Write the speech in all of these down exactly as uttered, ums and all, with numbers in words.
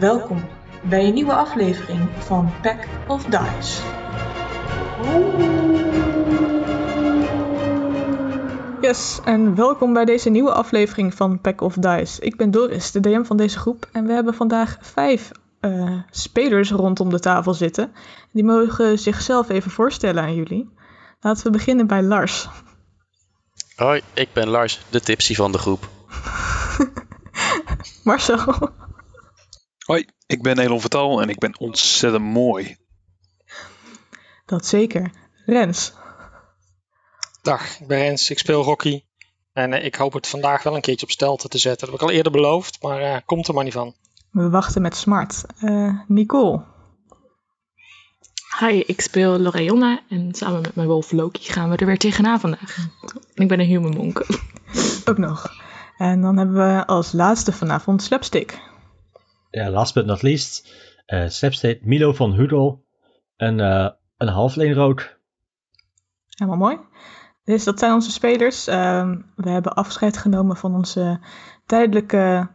Welkom bij een nieuwe aflevering van Pack of Dice. Yes, en welkom bij deze nieuwe aflevering van Pack of Dice. Ik ben Doris, de D M van deze groep, en we hebben vandaag vijf uh, spelers rondom de tafel zitten. Die mogen zichzelf even voorstellen aan jullie. Laten we beginnen bij Lars. Hoi, ik ben Lars, de tipsy van de groep. Marcel. Hoi, ik ben Elon Vertal en ik ben ontzettend mooi. Dat zeker. Rens. Dag, ik ben Rens, ik speel Rocky. En uh, ik hoop het vandaag wel een keertje op stelte te zetten. Dat heb ik al eerder beloofd, maar uh, komt er maar niet van. We wachten met smart. Uh, Nicole. Hi, ik speel Lorayonna en samen met mijn wolf Loki gaan we er weer tegenaan vandaag. En ik ben een human monk. Ook nog. En dan hebben we als laatste vanavond Slapstick. Ja, last but not least, uh, Slapstick, Milo van Hudel, een, uh, een halfleen rood. Helemaal mooi. Dus dat zijn onze spelers. Uh, we hebben afscheid genomen van onze tijdelijke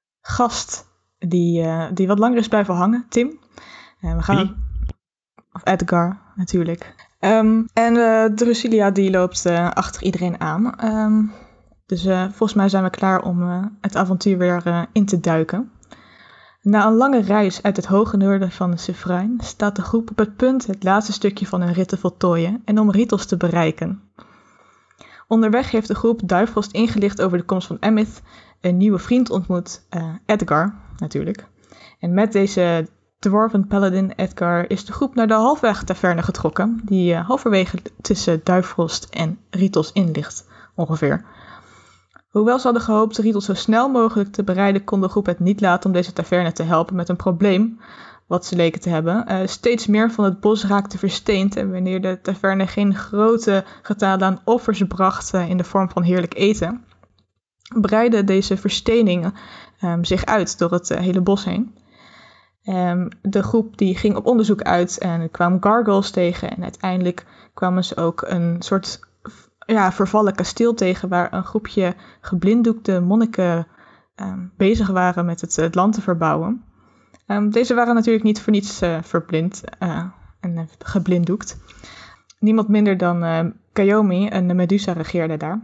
gast die, uh, die wat langer is blijven hangen, Tim. Uh, we gaan... Wie? Of Edgar, natuurlijk. Um, en uh, Drusilia die loopt uh, achter iedereen aan. Um, dus uh, volgens mij zijn we klaar om uh, het avontuur weer uh, in te duiken. Na een lange reis uit het hoge noorden van de Sifrain staat de groep op het punt het laatste stukje van hun rit te voltooien en om Ritos te bereiken. Onderweg heeft de groep Duivrost ingelicht over de komst van Emith, een nieuwe vriend ontmoet, uh, Edgar natuurlijk. En met deze Dwarven Paladin Edgar is de groep naar de halfweg taverne getrokken, die uh, halverwege tussen Duivrost en Ritos in ligt, ongeveer. Hoewel ze hadden gehoopt Ritos zo snel mogelijk te bereiden, kon de groep het niet laten om deze taverne te helpen met een probleem, wat ze leken te hebben. Uh, steeds meer van het bos raakte versteend en wanneer de taverne geen grote getalen aan offers bracht uh, in de vorm van heerlijk eten, breidden deze versteningen um, zich uit door het uh, hele bos heen. Um, de groep die ging op onderzoek uit en er kwamen gargoyles tegen en uiteindelijk kwamen ze ook een soort ja, vervallen kasteel tegen waar een groepje geblinddoekte monniken um, bezig waren met het, het land te verbouwen. Um, deze waren natuurlijk niet voor niets uh, verblind uh, en uh, geblinddoekt. Niemand minder dan uh, Kayomi, een Medusa, regeerde daar.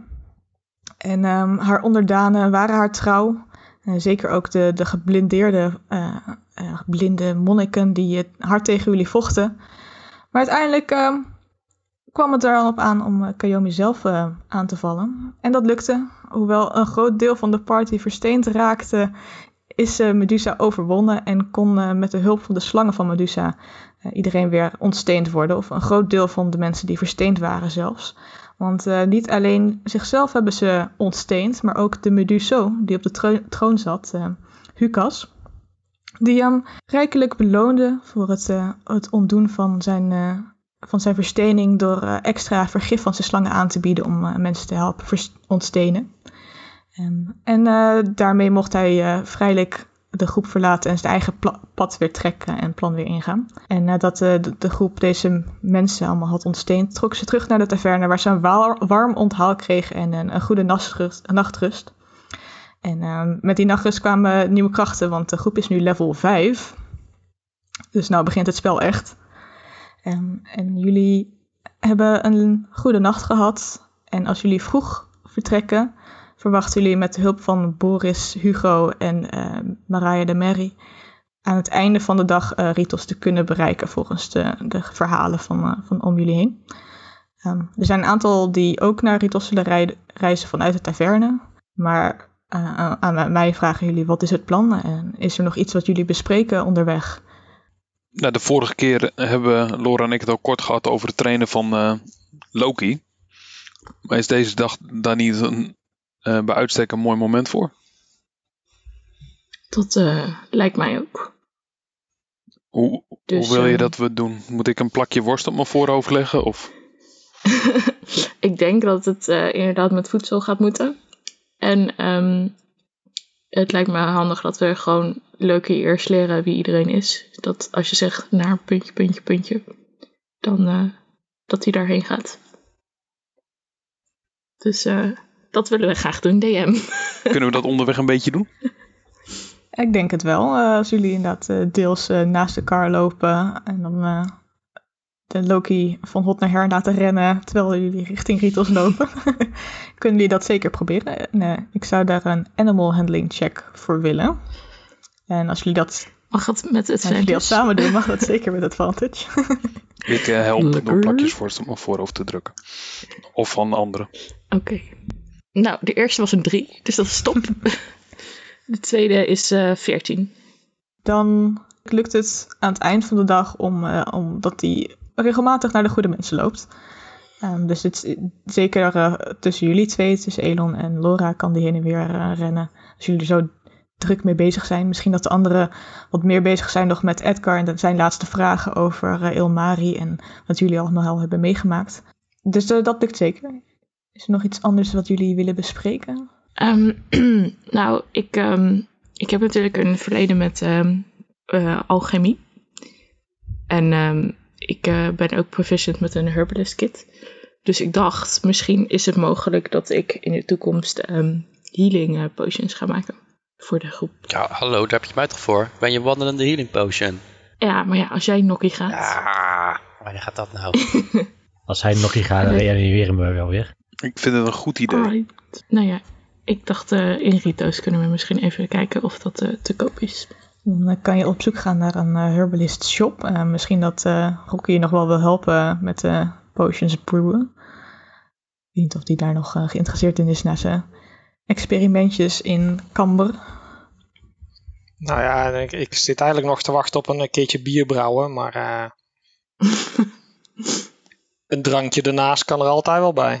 En um, haar onderdanen waren haar trouw. Uh, zeker ook de, de geblindeerde uh, uh, blinde monniken die uh, hard tegen jullie vochten. Maar uiteindelijk uh, kwam het er al op aan om uh, Kayomi zelf uh, aan te vallen. En dat lukte. Hoewel een groot deel van de party versteend raakte, is uh, Medusa overwonnen en kon uh, met de hulp van de slangen van Medusa uh, iedereen weer ontsteend worden. Of een groot deel van de mensen die versteend waren zelfs. Want uh, niet alleen zichzelf hebben ze ontsteend, maar ook de Meduso die op de tro- troon zat, uh, Hukas. Die hem rijkelijk beloonde voor het, uh, het ontdoen van zijn, uh, van zijn verstening door uh, extra vergif van zijn slangen aan te bieden om uh, mensen te helpen vers- ontstenen. Um, en uh, daarmee mocht hij uh, vrijelijk de groep verlaten en zijn eigen pla- pad weer trekken en plan weer ingaan. En nadat uh, de, de groep deze mensen allemaal had ontsteend, trok ze terug naar de taverne waar ze een wa- warm onthaal kregen en een, een goede nachtrust. Een nachtrust. En uh, met die nachtrust kwamen nieuwe krachten, want de groep is nu level vijf. Dus nou begint het spel echt. Um, en jullie hebben een goede nacht gehad. En als jullie vroeg vertrekken, verwachten jullie met de hulp van Boris, Hugo en uh, Mariah de Merry aan het einde van de dag uh, Ritos te kunnen bereiken volgens de, de verhalen van, uh, van om jullie heen. Um, er zijn een aantal die ook naar Ritos zullen rijden, reizen vanuit de taverne. Maar uh, aan mij vragen jullie, wat is het plan? En is er nog iets wat jullie bespreken onderweg? Nou, de vorige keer hebben Laura en ik het al kort gehad over het trainen van uh, Loki. Maar is deze dag daar niet een, uh, bij uitstek een mooi moment voor? Dat uh, lijkt mij ook. Hoe, Dus, hoe wil je uh, dat we het doen? Moet ik een plakje worst op mijn voorhoofd leggen? Of? Ik denk dat het uh, inderdaad met voedsel gaat moeten. En um, het lijkt me handig dat we gewoon leuke eerst leren wie iedereen is. Dat als je zegt naar puntje, puntje, puntje, dan uh, dat hij daarheen gaat. Dus uh, dat willen we graag doen, D M. Kunnen we dat onderweg een beetje doen? Ik denk het wel. Uh, als jullie inderdaad uh, deels uh, naast elkaar lopen en dan uh, de Loki van hot naar her laten rennen terwijl jullie richting Ritos lopen, kunnen jullie dat zeker proberen. Nee, ik zou daar een animal handling check voor willen. En als jullie dat, mag het met als jullie dat samen doen, mag dat zeker met advantage. Ik uh, help Lekker. door plakjes voor mijn voorhoofd te drukken. Of van anderen. Oké. Okay. Nou, de eerste was een drie, dus dat is top. De tweede is uh, veertien. Dan lukt het aan het eind van de dag om, uh, omdat hij regelmatig naar de goede mensen loopt. Um, dus het, zeker uh, tussen jullie twee, tussen Elon en Laura, kan die heen en weer uh, rennen. Als jullie er zo druk mee bezig zijn. Misschien dat de anderen wat meer bezig zijn nog met Edgar en zijn laatste vragen over uh, Ilmari en wat jullie allemaal al hebben meegemaakt. Dus uh, dat lukt zeker. Is er nog iets anders wat jullie willen bespreken? Um, nou, ik, um, ik heb natuurlijk een verleden met um, uh, alchemie. En um, ik uh, ben ook proficient met een herbalist kit. Dus ik dacht, misschien is het mogelijk dat ik in de toekomst um, healing uh, potions ga maken. Voor de groep. Ja, hallo, daar heb je mij toch voor? Ben je wandelende healing potion? Ja, maar ja, als jij Nokkie gaat... Ja, wanneer gaat dat nou? Als hij Nokkie gaat, dan reanimeren we wel weer. Ik vind het een goed idee. Alright. Nou ja, ik dacht uh, in Ritos kunnen we misschien even kijken of dat uh, te koop is. Dan kan je op zoek gaan naar een uh, herbalist shop. Uh, misschien dat uh, Rocky je nog wel wil helpen met uh, potions brewen. Ik weet niet of die daar nog uh, geïnteresseerd in is na zijn experimentjes in Camber. Nou ja, ik, ik zit eigenlijk nog te wachten op een keertje bier brouwen, maar uh, een drankje ernaast kan er altijd wel bij.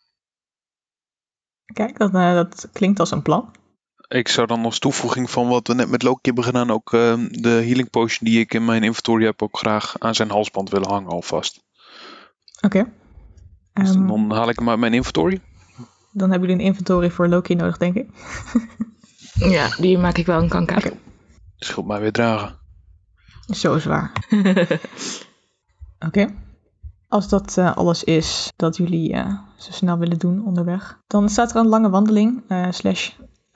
Kijk, dat, uh, dat klinkt als een plan. Ik zou dan als toevoeging van wat we net met Loki hebben gedaan ook uh, de healing potion die ik in mijn inventory heb ook graag aan zijn halsband willen hangen alvast. Oké. Okay. Dus um, dan haal ik hem uit mijn inventory. Dan hebben jullie een inventory voor Loki nodig, denk ik. Ja, die maak ik wel een kanka. Okay. Schuld mij weer dragen. Zo zwaar. Oké. Okay. Als dat uh, alles is dat jullie uh, zo snel willen doen onderweg, dan staat er een lange wandeling, uh, slash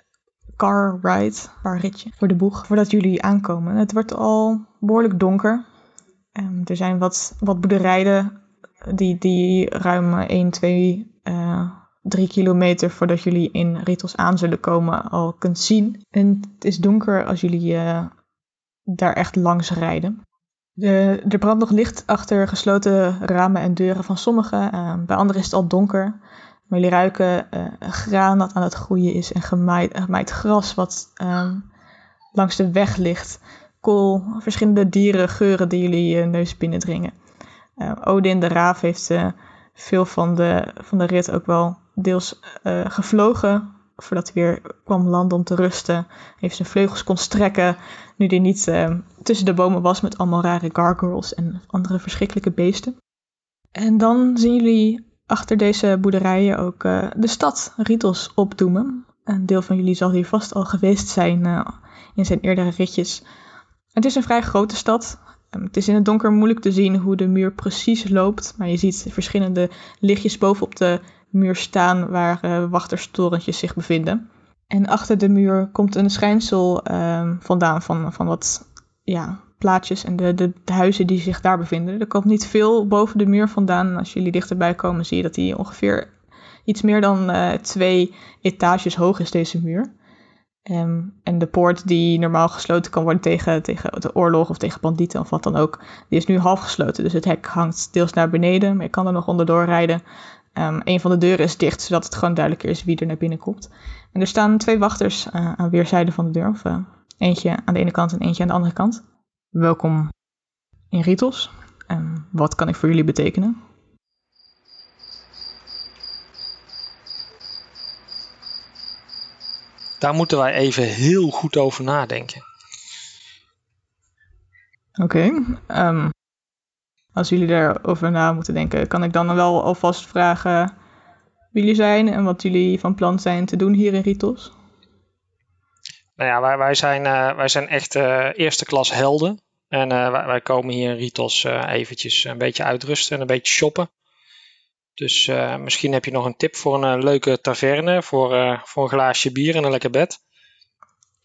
car ride, carritje, voor de boeg, voordat jullie aankomen. Het wordt al behoorlijk donker. Um, er zijn wat, wat boerderijen die, die ruim één, twee, drie kilometer voordat jullie in Ritos aan zullen komen al kunt zien. En het is donker als jullie uh, daar echt langs rijden. De, er brandt nog licht achter gesloten ramen en deuren van sommigen. Uh, bij anderen is het al donker. Maar jullie ruiken uh, graan dat aan het groeien is en gemaaid, gemaaid gras wat um, langs de weg ligt. Kool, verschillende dieren, geuren die jullie uh, neus binnendringen. Uh, Odin, de raaf, heeft uh, veel van de, van de rit ook wel deels uh, gevlogen. Voordat hij weer kwam landen om te rusten. Heeft zijn vleugels kon strekken. Nu hij niet uh, tussen de bomen was met allemaal rare gargoyles en andere verschrikkelijke beesten. En dan zien jullie achter deze boerderijen ook uh, de stad Ritos opdoemen. Een deel van jullie zal hier vast al geweest zijn uh, in zijn eerdere ritjes. Het is een vrij grote stad. Um, het is in het donker moeilijk te zien hoe de muur precies loopt. Maar je ziet verschillende lichtjes bovenop de muur staan waar uh, wachterstorentjes zich bevinden. En achter de muur komt een schijnsel um, vandaan van, van wat ja, plaatjes en de, de, de huizen die zich daar bevinden. Er komt niet veel boven de muur vandaan. En als jullie dichterbij komen zie je dat die ongeveer iets meer dan uh, twee etages hoog is, deze muur. Um, en de poort die normaal gesloten kan worden tegen, tegen de oorlog of tegen bandieten of wat dan ook, die is nu half gesloten. Dus het hek hangt deels naar beneden, maar je kan er nog onderdoor rijden. Um, een van de deuren is dicht, zodat het gewoon duidelijker is wie er naar binnen komt. En er staan twee wachters uh, aan weerszijden van de deur. Of uh, eentje aan de ene kant en eentje aan de andere kant. Welkom in Ritos. Um, wat kan ik voor jullie betekenen? Daar moeten wij even heel goed over nadenken. Oké. Okay, um, als jullie daarover na moeten denken, kan ik dan wel alvast vragen wie jullie zijn en wat jullie van plan zijn te doen hier in Ritos? Nou ja, wij, wij, zijn, uh, wij zijn echt uh, eerste klas helden. En uh, wij, wij komen hier in Ritos uh, eventjes een beetje uitrusten en een beetje shoppen. Dus uh, misschien heb je nog een tip voor een uh, leuke taverne, voor, uh, voor een glaasje bier en een lekker bed.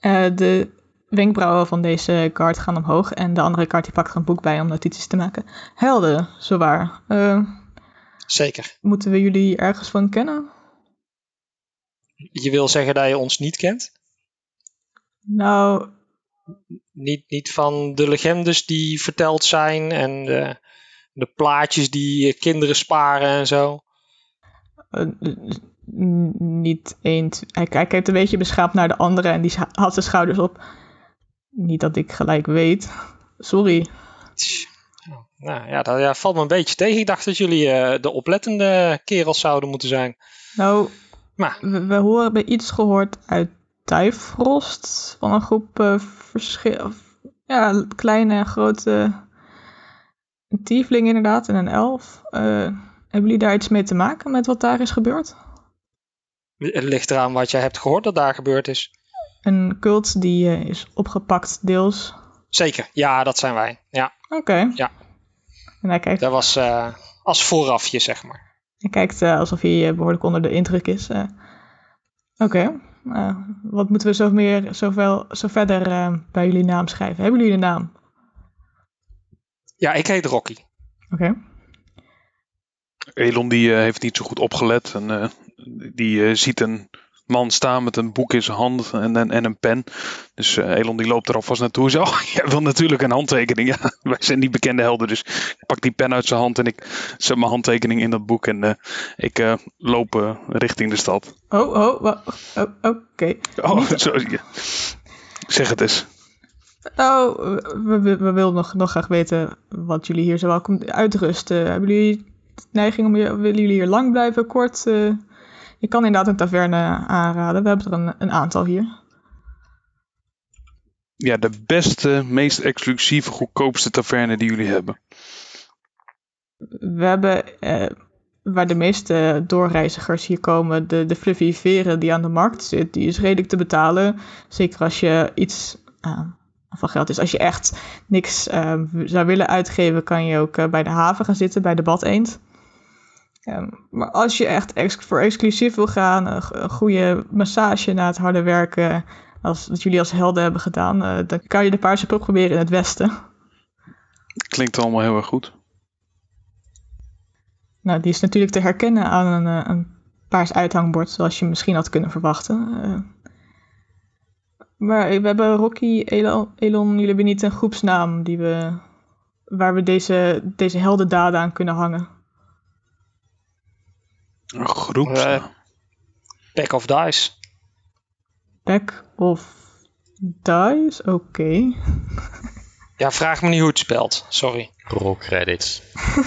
Uh, de wenkbrauwen van deze guard gaan omhoog en de andere guard die pakt er een boek bij om notities te maken. Helden, zowaar. Uh, Zeker. Moeten we jullie ergens van kennen? Je wil zeggen dat je ons niet kent? Nou... Niet, niet van de legendes die verteld zijn en de, de plaatjes die kinderen sparen en zo? Uh, niet eens. Hij, hij kijkt een beetje beschaamd naar de andere en die haalt zijn schouders op. Niet dat ik gelijk weet. Sorry. Nou ja, dat ja, valt me een beetje tegen. Ik dacht dat jullie uh, de oplettende kerels zouden moeten zijn. Nou, maar. we, we horen bij iets gehoord uit Tyfrost. Van een groep uh, verschil... Ja, kleine en grote... Een tiefling inderdaad en een elf. Uh, hebben jullie daar iets mee te maken met wat daar is gebeurd? Het ligt eraan wat jij hebt gehoord dat daar gebeurd is. Een cult die uh, is opgepakt deels. Zeker, ja, dat zijn wij. Ja. Oké. Okay. Ja. En hij kijkt... Dat was uh, als voorafje, zeg maar. Hij kijkt uh, alsof hij uh, behoorlijk onder de indruk is. Uh, Oké. Okay. Uh, wat moeten we zo, meer, zoveel, zo verder uh, bij jullie naam schrijven? Hebben jullie een naam? Ja, ik heet Rocky. Oké. Okay. Elon die uh, heeft niet zo goed opgelet. En, uh, die uh, ziet een man staan met een boek in zijn hand en, en, en een pen. Dus uh, Elon die loopt er alvast naartoe. En zegt, oh, jij wil natuurlijk een handtekening. Ja, wij zijn niet bekende helden. Dus ik pak die pen uit zijn hand en ik zet mijn handtekening in dat boek. En uh, ik uh, loop uh, richting de stad. Oh, oh, oh, oh oké. Okay. Oh, zo, ja. Zeg het eens. Oh, we, we, we willen nog, nog graag weten wat jullie hier zo welkom uitrusten. Hebben jullie neiging om je, willen jullie hier lang blijven, kort? Uh, je kan inderdaad een taverne aanraden. We hebben er een, een aantal hier. Ja, de beste, meest exclusieve, goedkoopste taverne die jullie hebben. We hebben, uh, waar de meeste doorreizigers hier komen, de, de fluffy veren die aan de markt zit, die is redelijk te betalen. Zeker als je iets... Uh, van geld is. Als je echt niks uh, zou willen uitgeven, kan je ook uh, bij de haven gaan zitten, bij de Bad Eend. Um, maar als je echt ex- voor exclusief wil gaan, een, een goede massage na het harde werken, als dat jullie als helden hebben gedaan, uh, dan kan je de Paarse Pub proberen in het westen. Klinkt allemaal heel erg goed. Nou, die is natuurlijk te herkennen aan een, een paars uithangbord, zoals je misschien had kunnen verwachten. Uh, Maar we hebben Rocky, Elon, Elon, jullie hebben niet een groepsnaam die we, waar we deze, deze heldendaden aan kunnen hangen. Een groepsnaam? Uh, Pack of Dice. Pack of Dice? Oké. Okay. Ja, vraag me niet hoe het spelt. Sorry. Roll credits.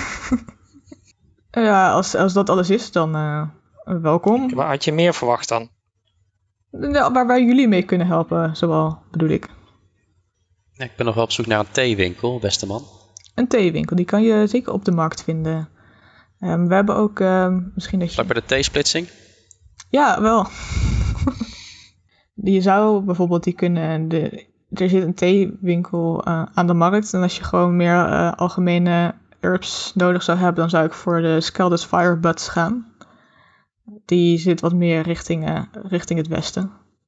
Ja, als, als dat alles is, dan uh, welkom. Maar had je meer verwacht dan? Ja, waar wij jullie mee kunnen helpen, zowel bedoel ik. Ja, ik ben nog wel op zoek naar een theewinkel, Westerman. Een theewinkel, die kan je zeker op de markt vinden. Um, we hebben ook uh, misschien dat je... Vlak bij de theesplitsing? Ja, wel. Je zou bijvoorbeeld die kunnen... De, er zit een theewinkel uh, aan de markt. En als je gewoon meer uh, algemene herbs nodig zou hebben, dan zou ik voor de Scalded Firebuds gaan. Die zit wat meer richting, uh, richting het westen.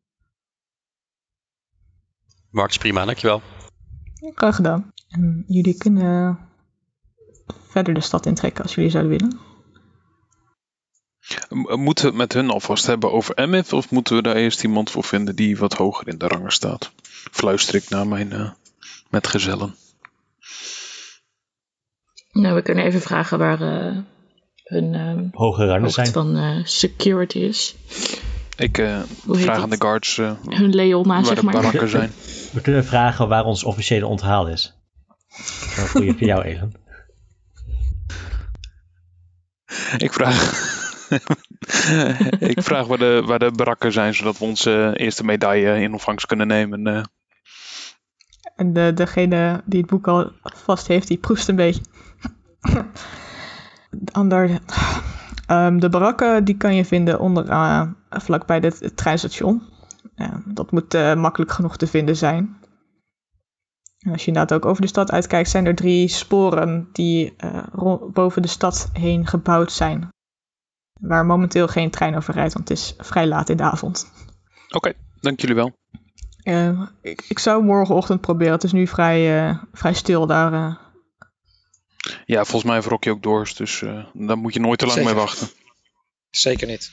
Markt is prima, dankjewel. Graag gedaan. En jullie kunnen verder de stad intrekken als jullie zouden willen. Moeten we het met hun alvast hebben over Emmet, of moeten we daar eerst iemand voor vinden die wat hoger in de rangen staat? Fluister ik naar mijn uh, metgezellen. Nou, we kunnen even vragen waar uh, hun uh, hoge rangen zijn van uh, security is. Ik uh, vraag aan de guards uh, hun Leona, zeg maar. Waar de zijn. We kunnen vragen waar ons officiële onthaal is. Dat is een goeie voor jou, Elon. Ik vraag... ik vraag waar de, waar de barakken zijn, zodat we onze eerste medaille in ontvangst kunnen nemen. Uh. En de, degene die het boek al vast heeft, die proest een beetje. Ander, um, de barakken die kan je vinden onder, uh, vlakbij het, het treinstation. Uh, dat moet uh, makkelijk genoeg te vinden zijn. En als je inderdaad ook over de stad uitkijkt, zijn er drie sporen die uh, ro- boven de stad heen gebouwd zijn. Waar momenteel geen trein over rijdt, want het is vrij laat in de avond. Oké, okay, dank jullie wel. Uh, ik, ik zou morgenochtend proberen. Het is nu vrij, uh, vrij stil daar. Uh. Ja, volgens mij verrok je ook dorst. Dus uh, daar moet je nooit te lang Zeker. mee wachten. Zeker niet.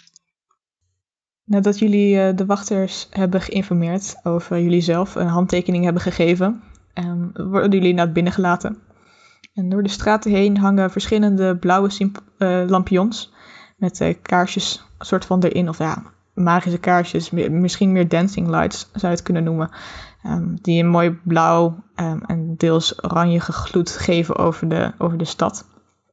Nadat jullie uh, de wachters hebben geïnformeerd over jullie zelf, een handtekening hebben gegeven, um, worden jullie naar binnen gelaten. En door de straten heen hangen verschillende blauwe simp- uh, lampions met uh, kaarsjes soort van erin, of ja, magische kaarsjes, meer, misschien meer dancing lights zou je het kunnen noemen, um, die een mooi blauw um, en deels oranje gloed geven over de, over de stad.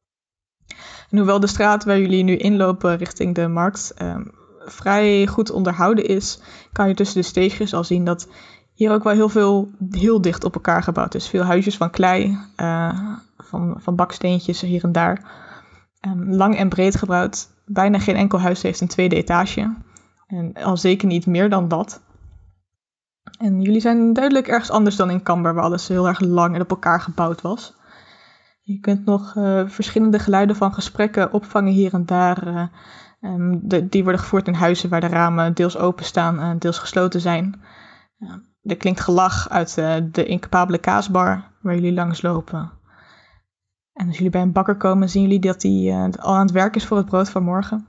En hoewel de straat waar jullie nu inlopen richting de markt um, vrij goed onderhouden is, kan je tussen de steegjes al zien dat hier ook wel heel veel heel dicht op elkaar gebouwd is. Veel huisjes van klei, uh, van, van baksteentjes hier en daar. Um, lang en breed gebouwd. Bijna geen enkel huis heeft een tweede etage. En al zeker niet meer dan dat. En jullie zijn duidelijk ergens anders dan in Camber, waar alles heel erg lang en op elkaar gebouwd was. Je kunt nog uh, verschillende geluiden van gesprekken opvangen hier en daar. Uh, um, de, die worden gevoerd in huizen waar de ramen deels openstaan en deels gesloten zijn. Uh, er klinkt gelach uit uh, de incapabele kaasbar waar jullie langs lopen. En als jullie bij een bakker komen, zien jullie dat hij uh, al aan het werk is voor het brood van morgen.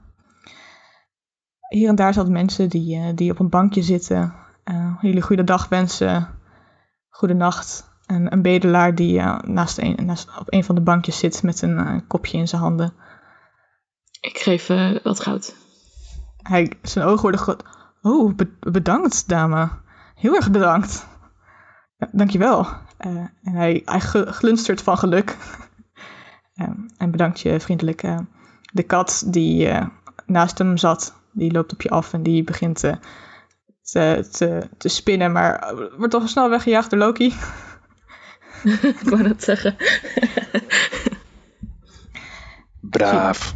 Hier en daar zijn mensen die, uh, die op een bankje zitten. Uh, jullie goeiedag wensen. Goedenacht. En een bedelaar die uh, naast een, naast, op een van de bankjes zit met een uh, kopje in zijn handen. Ik geef uh, wat goud. Hij, zijn ogen worden groot. Oh, be- bedankt, dame. Heel erg bedankt. Ja, dankjewel. Uh, en hij, hij glunstert van geluk. uh, en bedankt je vriendelijk. Uh, de kat die uh, naast hem zat, die loopt op je af en die begint uh, te, te, te spinnen, maar wordt toch snel weggejaagd door Loki. Ik wou dat zeggen. Braaf.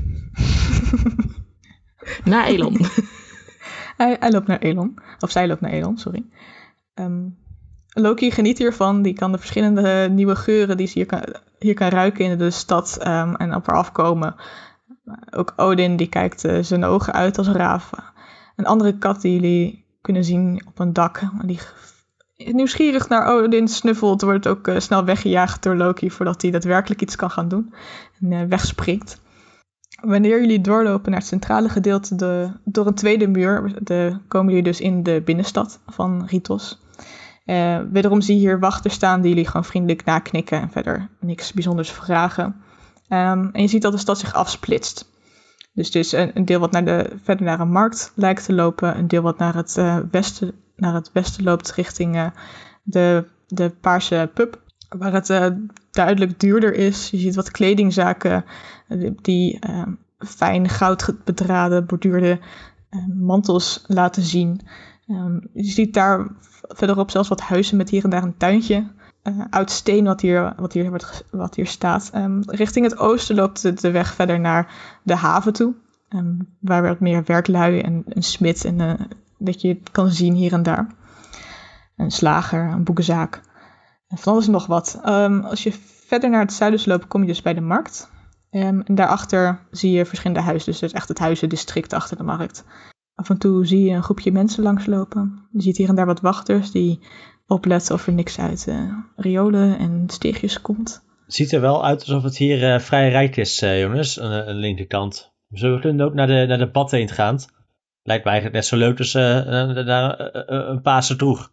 Naar Elon. hij, hij loopt naar Elon. Of zij loopt naar Elon, sorry. Um, Loki geniet hiervan. Die kan de verschillende nieuwe geuren die ze hier kan, hier kan ruiken in de stad um, en op haar afkomen. Ook Odin die kijkt uh, zijn ogen uit als raaf. Een andere kat die jullie kunnen zien op een dak. Die nieuwsgierig naar Odin snuffelt, wordt ook uh, snel weggejaagd door Loki voordat hij daadwerkelijk iets kan gaan doen. En uh, wegspringt. Wanneer jullie doorlopen naar het centrale gedeelte de, door een tweede muur, de, komen jullie dus in de binnenstad van Ritos. Uh, wederom zie je hier wachters staan die jullie gewoon vriendelijk naknikken en verder niks bijzonders vragen. Um, en je ziet dat de stad zich afsplitst. Dus het is een, een deel wat naar de, verder naar een markt lijkt te lopen, een deel wat naar het, uh, westen, naar het westen loopt richting uh, de, de paarse pub, waar het uh, duidelijk duurder is. Je ziet wat kledingzaken uh, die uh, fijn goud bedraden, borduurde uh, mantels laten zien. Um, je ziet daar verderop zelfs wat huizen met hier en daar een tuintje. Uh, oud steen wat hier, wat hier, wordt, wat hier staat. Um, richting het oosten loopt de, de weg verder naar de haven toe. Um, waar wat meer werklui en een smid en uh, dat je het kan zien hier en daar. Een slager, een boekenzaak. En van alles en nog wat. Um, als je verder naar het zuiden loopt, kom je dus bij de markt. Um, en daarachter zie je verschillende huizen. Dus het is echt het huizendistrict achter de markt. Af en toe zie je een groepje mensen langslopen. Je ziet hier en daar wat wachters die opletten of er niks uit uh, riolen en steegjes komt. Het ziet er wel uit alsof het hier uh, vrij rijk is, uh, jongens, aan de linkerkant. Zullen we kunnen ook naar de, naar de bad heen gaan? Lijkt me eigenlijk net zo leuk als uh, naar uh, uh, een Pasen toe.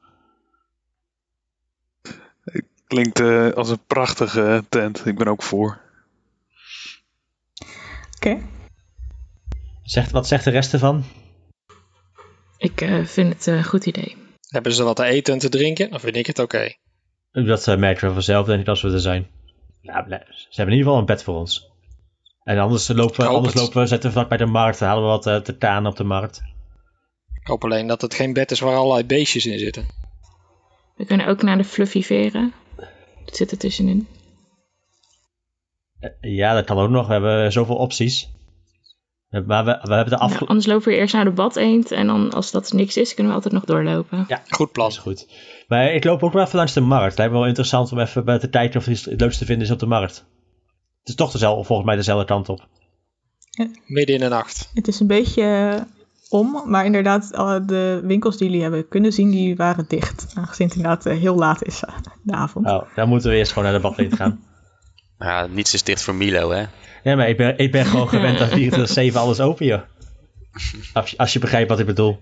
Klinkt uh, als een prachtige tent. Ik ben ook voor. Oké. Okay. Zegt, wat zegt de rest ervan? Ik uh, vind het een goed idee. Hebben ze wat te eten en te drinken? Dan vind ik het oké. Okay. Dat uh, merken we vanzelf, denk ik, als we er zijn. Ja, ze hebben in ieder geval een bed voor ons. En anders lopen, anders lopen we, zetten we vlak bij de markt, halen we wat uh, te taan op de markt. Ik hoop alleen dat het geen bed is waar allerlei beestjes in zitten. We kunnen ook naar de Fluffy Veren. Dat zit er tussenin. Uh, ja, dat kan ook nog. We hebben zoveel opties. Maar we, we hebben de afge... nou, anders lopen we eerst naar de bad eend. En dan als dat niks is, kunnen we altijd nog doorlopen. Ja, goed plan. Dat is goed. Maar ik loop ook wel even langs de markt. Het lijkt me wel interessant om even te kijken of het leukste te vinden is op de markt. Het is toch dezelfde, volgens mij dezelfde kant op. Ja. Midden in de nacht. Het is een beetje om. Maar inderdaad, alle de winkels die jullie hebben kunnen zien, die waren dicht. Aangezien het inderdaad uh, heel laat is uh, de avond. Oh, dan moeten we eerst gewoon naar de badtent gaan. Ja, niets is dicht voor Milo, hè? Ja, maar ik ben, ik ben gewoon gewend dat vierentwintig zeven alles open, joh. Als je, als je begrijpt wat ik bedoel.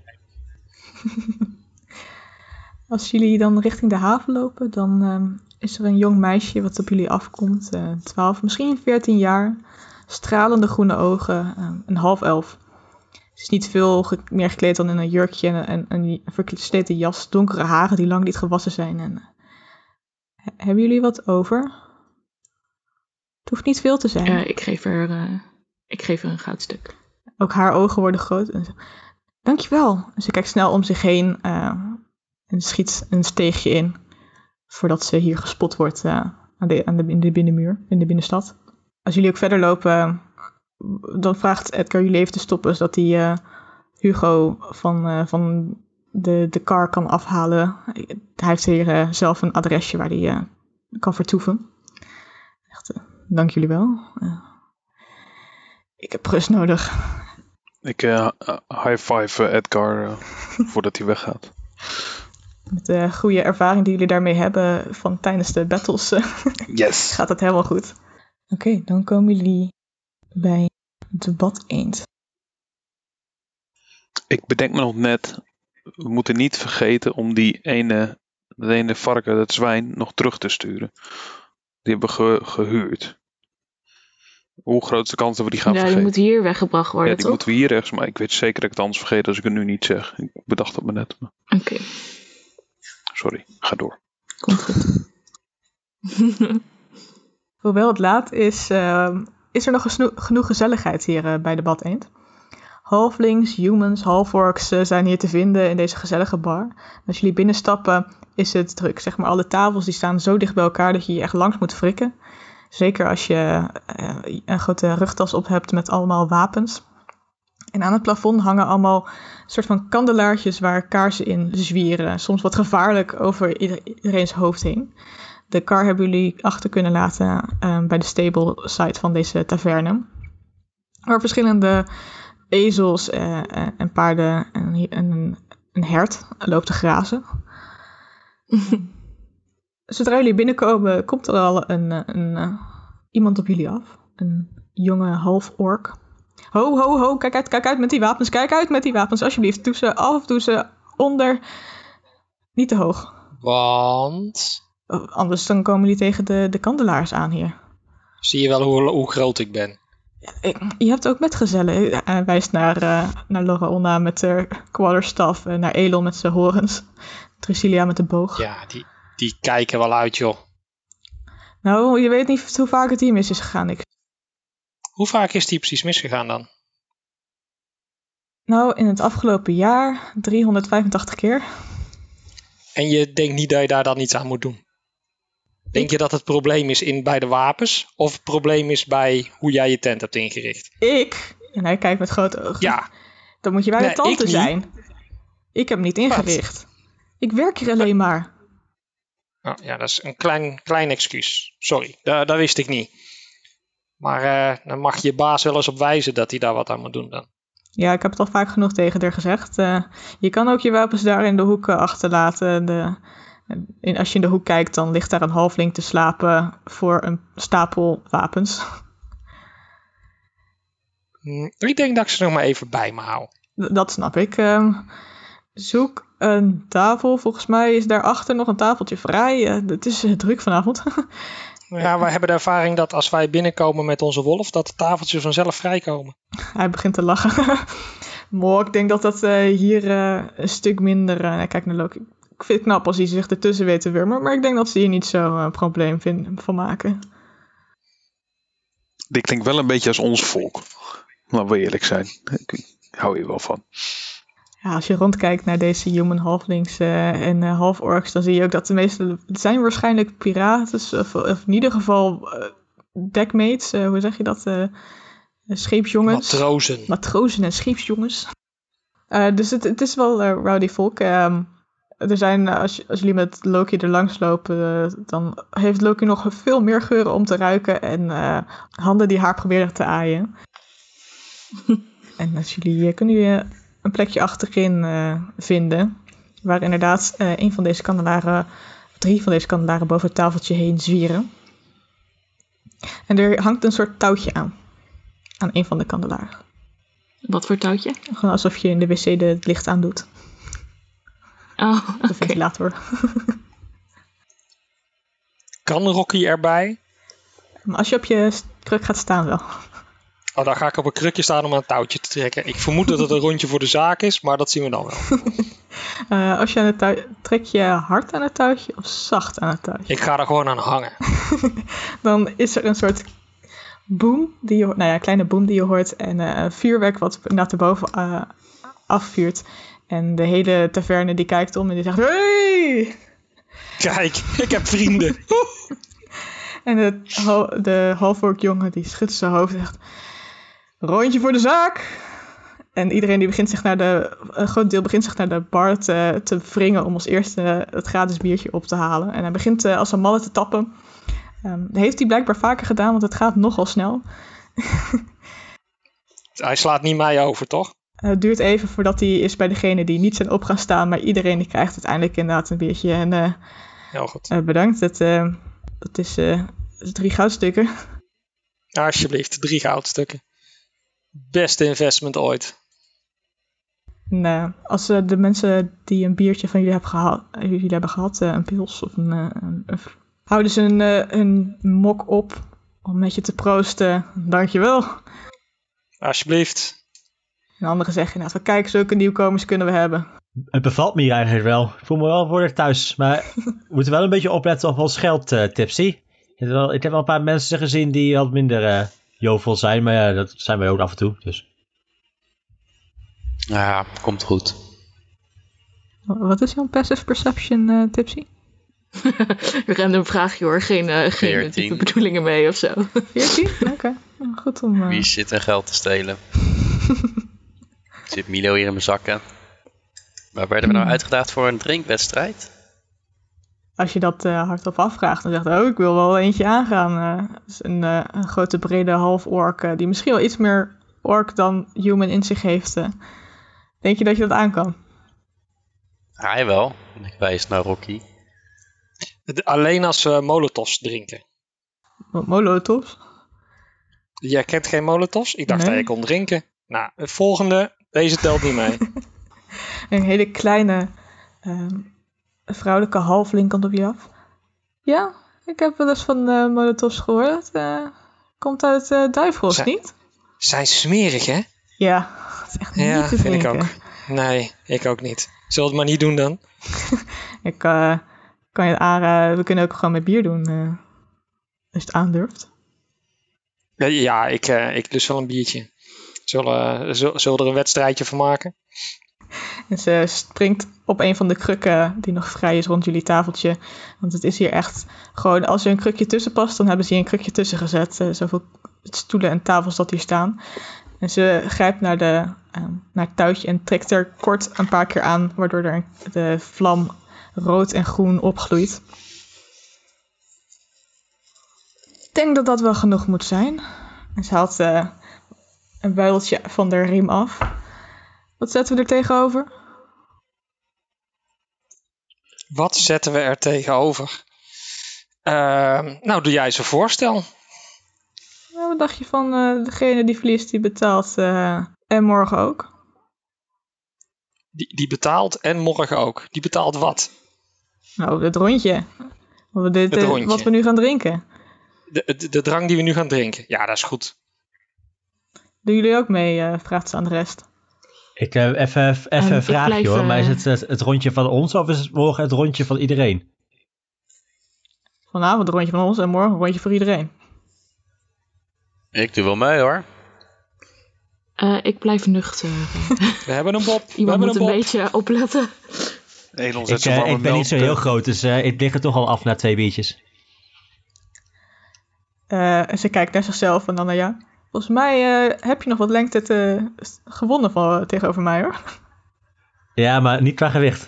Als jullie dan richting de haven lopen, dan um, is er een jong meisje wat op jullie afkomt. Uh, twaalf, misschien veertien jaar. Stralende groene ogen. Um, een half elf. Ze is niet veel ge- meer gekleed dan in een jurkje en een, een, een versleten jas. Donkere haren die lang niet gewassen zijn. En, uh, hebben jullie wat over? Het hoeft niet veel te zijn. Uh, ik, geef er, uh, ik geef er een goudstuk. Ook haar ogen worden groot. En ze, dankjewel. En ze kijkt snel om zich heen uh, en schiet een steegje in. Voordat ze hier gespot wordt uh, aan de, aan de, in de binnenmuur, in de binnenstad. Als jullie ook verder lopen, dan vraagt Edgar jullie even te stoppen, zodat hij uh, Hugo van, uh, van de, de car kan afhalen. Hij heeft hier uh, zelf een adresje waar hij uh, kan vertoeven. Echt, uh, dank jullie wel. Uh, ik heb rust nodig. Ik uh, high five uh, Edgar uh, voordat hij weggaat. Met de goede ervaring die jullie daarmee hebben van tijdens de battles uh, yes. gaat het helemaal goed. Oké, okay, dan komen jullie bij de badeend. Ik bedenk me nog net, we moeten niet vergeten om die ene, dat ene varken, dat zwijn, nog terug te sturen. Die hebben we ge, gehuurd. Hoe groot is de kans dat we die gaan ja, vergeten? Ja, die moet hier weggebracht worden, Ja, die toch? moeten we hier rechts, maar ik weet zeker dat ik het anders vergeet als ik het nu niet zeg. Ik bedacht het me net. Maar... Oké. Okay. Sorry, ga door. Komt goed. Hoewel het laat is, uh, is er nog gesno- genoeg gezelligheid hier uh, bij de badeend. Halflings, humans, half-orcs uh, zijn hier te vinden in deze gezellige bar. Als jullie binnenstappen is het druk. Zeg maar, alle tafels die staan zo dicht bij elkaar dat je je echt langs moet wrikken. Zeker als je uh, een grote rugtas op hebt met allemaal wapens. En aan het plafond hangen allemaal soort van kandelaartjes waar kaarsen in zwieren. Soms wat gevaarlijk over iedereen's hoofd heen. De kar hebben jullie achter kunnen laten uh, bij de stable site van deze taverne. Waar verschillende ezels uh, uh, en paarden en, en een hert loopt te grazen. Zodra jullie binnenkomen, komt er al een, een, een, iemand op jullie af. Een jonge half-ork. Ho, ho, ho, kijk uit, kijk uit met die wapens, kijk uit met die wapens, alsjeblieft. Doe ze af, doe ze onder. Niet te hoog. Want? Oh, anders dan komen jullie tegen de, de kandelaars aan hier. Zie je wel hoe, hoe groot ik ben? Ja, ik, je hebt ook metgezellen. Hij wijst naar, uh, naar Loraonna met de quarterstaff, uh, naar Elon met zijn horens. Drusilla met de boog. Ja, die, die kijken wel uit, joh. Nou, je weet niet hoe vaak het hier mis is gegaan. Ik... Hoe vaak is die precies misgegaan dan? Nou, in het afgelopen jaar driehonderdvijfentachtig keer. En je denkt niet dat je daar dan iets aan moet doen? Denk ik... je dat het probleem is in, bij de wapens? Of het probleem is bij hoe jij je tent hebt ingericht? Ik? En hij kijkt met grote ogen. Ja. Dan moet je bij nee, de tante ik zijn. Ik heb hem niet ingericht. Wat? Ik werk hier alleen maar. Oh, ja, dat is een klein, klein excuus. Sorry, dat, dat wist ik niet. Maar uh, dan mag je je baas wel eens op wijzen dat hij daar wat aan moet doen dan. Ja, ik heb het al vaak genoeg tegen haar gezegd. Uh, je kan ook je wapens daar in de hoek achterlaten. De, in, als je in de hoek kijkt, dan ligt daar een halfling te slapen voor een stapel wapens. Ik denk dat ik ze nog maar even bij me hou. D- dat snap ik. Uh, zoek een tafel. Volgens mij is daarachter nog een tafeltje vrij. Uh, het is uh, druk vanavond. Ja, wij hebben de ervaring dat als wij binnenkomen met onze wolf, dat de tafeltjes vanzelf vrijkomen. Hij begint te lachen. Mooi, ik denk dat dat uh, hier uh, een stuk minder... Uh, kijk naar Loki. Ik vind het knap als hij zich ertussen weet te wurmen, maar ik denk dat ze hier niet zo'n uh, probleem vinden, van maken. Dit klinkt wel een beetje als ons volk. Laten we eerlijk zijn. Ik hou hier wel van. Ja, als je rondkijkt naar deze human halflings uh, en uh, half-orcs, dan zie je ook dat de meeste... Het zijn waarschijnlijk piraten, of, of in ieder geval uh, deckmates, uh, hoe zeg je dat? Uh, scheepsjongens. Matrozen. Matrozen en scheepsjongens. Uh, dus het, het is wel uh, rowdy volk. Um, er zijn, uh, als, als jullie met Loki er langs lopen, uh, dan heeft Loki nog veel meer geuren om te ruiken en uh, handen die haar proberen te aaien. En als jullie uh, kunnen jullie... Uh, een plekje achterin uh, vinden. Waar inderdaad uh, een van deze kandelaren, drie van deze kandelaren boven het tafeltje heen zwieren. En er hangt een soort touwtje aan. Aan een van de kandelaren. Wat voor touwtje? Gewoon alsof je in de wc de, het licht aandoet. Oh, de okay. ventilator. Kan Rocky erbij? Maar als je op je kruk gaat staan wel. Oh, dan ga ik op een krukje staan om aan een touwtje te trekken. Ik vermoed dat het een rondje voor de zaak is, maar dat zien we dan wel. uh, als je aan het touw... Trek je hard aan het touwtje of zacht aan het touwtje? Ik ga er gewoon aan hangen. Dan is er een soort boom, die je, nou ja, een kleine boom die je hoort. En uh, vuurwerk wat naar erboven uh, afvuurt. En de hele taverne die kijkt om en die zegt... Hey! Kijk, ik heb vrienden. En de, de halforkjongen die schudt zijn hoofd en zegt... Rondje voor de zaak! En iedereen die begint zich naar de... Een groot deel begint zich naar de bar te, te wringen... om als eerste het gratis biertje op te halen. En hij begint uh, als een malle te tappen. Um, dat heeft hij blijkbaar vaker gedaan, want het gaat nogal snel. Hij slaat niet mij over, toch? Uh, het duurt even voordat hij is bij degene die niet zijn op gaan staan... maar iedereen die krijgt uiteindelijk inderdaad een biertje. En uh, heel goed. Uh, bedankt, het, uh, het is uh, drie goudstukken. Alsjeblieft, drie goudstukken. Beste investment ooit. En, uh, als uh, de mensen die een biertje van jullie hebben gehad, jullie hebben gehad uh, een pils of een, uh, een, een... Houden ze een, uh, een mok op om met je te proosten. Dankjewel. Alsjeblieft. En anderen zeggen inderdaad, kijk, zulke nieuwkomers kunnen we hebben. Het bevalt me hier eigenlijk wel. Ik voel me wel voor thuis. Maar we moeten wel een beetje opletten op ons geld, uh, Tipsy. Ik heb, wel, ik heb wel een paar mensen gezien die wat minder uh, jovel zijn. Maar ja, dat zijn wij ook af en toe. Dus. Ja, komt goed. Wat is jouw passive perception, uh, Tipsy? Random vraagje hoor. Geen, uh, geen diepe bedoelingen mee of zo. veertien? Oké. Okay. Goed om... Uh... Wie zit er geld te stelen? Zit Milo hier in mijn zakken? Maar werden we nou uitgedaagd voor een drinkwedstrijd? Als je dat uh, hardop afvraagt, dan zegt hij, oh, ik wil wel eentje aangaan. Uh, dus een, uh, een grote brede half-ork, uh, die misschien wel iets meer ork dan human in zich heeft. Uh. Denk je dat je dat aan kan? Hij wel. Ik wijs naar Rocky. Alleen als we molotovs drinken. Molotovs? Jij kent geen molotovs? Ik dacht nee. dat je kon drinken. Nou, het volgende, deze telt niet mee. Een hele kleine um, vrouwelijke halfling komt op je af. Ja, ik heb wel eens van uh, molotovs gehoord. Het uh, komt uit uh, Duivels, zijn, niet? Zijn smerig, hè? Ja, het is echt ja, niet te vind drinken. ik ook. Nee, ik ook niet. Zullen we het maar niet doen dan? ik uh, kan je het aanraden. We kunnen ook gewoon met bier doen. Uh, als je het aandurft. Ja, ja ik, uh, ik lust wel een biertje. Zullen, uh, zullen we er een wedstrijdje van maken? En ze springt op een van de krukken die nog vrij is rond jullie tafeltje. Want het is hier echt gewoon, als er een krukje tussen past, dan hebben ze hier een krukje tussen gezet. Uh, zoveel stoelen en tafels dat hier staan. En ze grijpt naar, de, uh, naar het touwtje en trekt er kort een paar keer aan, waardoor er de vlam rood en groen opgloeit. Ik denk dat dat wel genoeg moet zijn. En ze haalt uh, een buideltje van de riem af. Wat zetten we er tegenover? Wat zetten we er tegenover? Uh, nou, doe jij eens een voorstel. Nou, wat dacht je van uh, degene die verliest, die betaalt uh, en morgen ook? Die, die betaalt en morgen ook. Die betaalt wat? Nou, het rondje. Wat we, dit, het rondje. Wat we nu gaan drinken. De, de, de drank die we nu gaan drinken. Ja, dat is goed. Doen jullie ook mee, uh, vraagt ze aan de rest. Ik uh, even, even een vraagje blijf, hoor, maar is uh... het, het het rondje van ons of is het morgen het rondje van iedereen? Vanavond het rondje van ons en morgen een rondje voor iedereen. Ik doe wel mee hoor. Uh, ik blijf nuchter. We hebben een Bob. Iemand we moet een, een Bob. beetje opletten. Elon Ik, uh, ik ben niet zo heel groot, dus uh, ik lig er toch al af na twee biertjes. Uh, en ze kijkt naar zichzelf en dan naar jou. Volgens mij uh, heb je nog wat lengte te, gewonnen van, tegenover mij hoor. Ja, maar niet qua gewicht.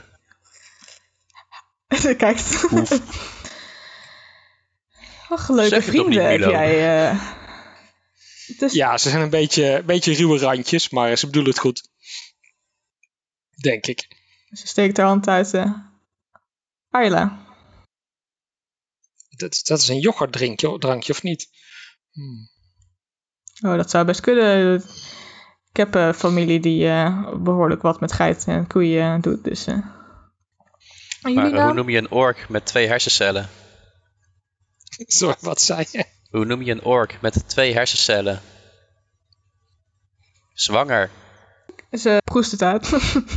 Ze kijkt. Wat leuke Zeg vrienden heb jij. Uh... Dus... Ja, ze zijn een beetje, beetje ruwe randjes, maar ze bedoelen het goed. Denk ik. Ze steekt haar hand uit. Uh, Ayla. Dat, dat is een yoghurtdrankje, drankje of niet? Hmm. Oh, dat zou best kunnen. Ik heb een familie die uh, behoorlijk wat met geiten en koeien doet. Dus, uh. Maar uh, hoe noem je een ork met twee hersencellen? Sorry, wat zei je? Hoe noem je een ork met twee hersencellen? Zwanger. Ze proest het uit.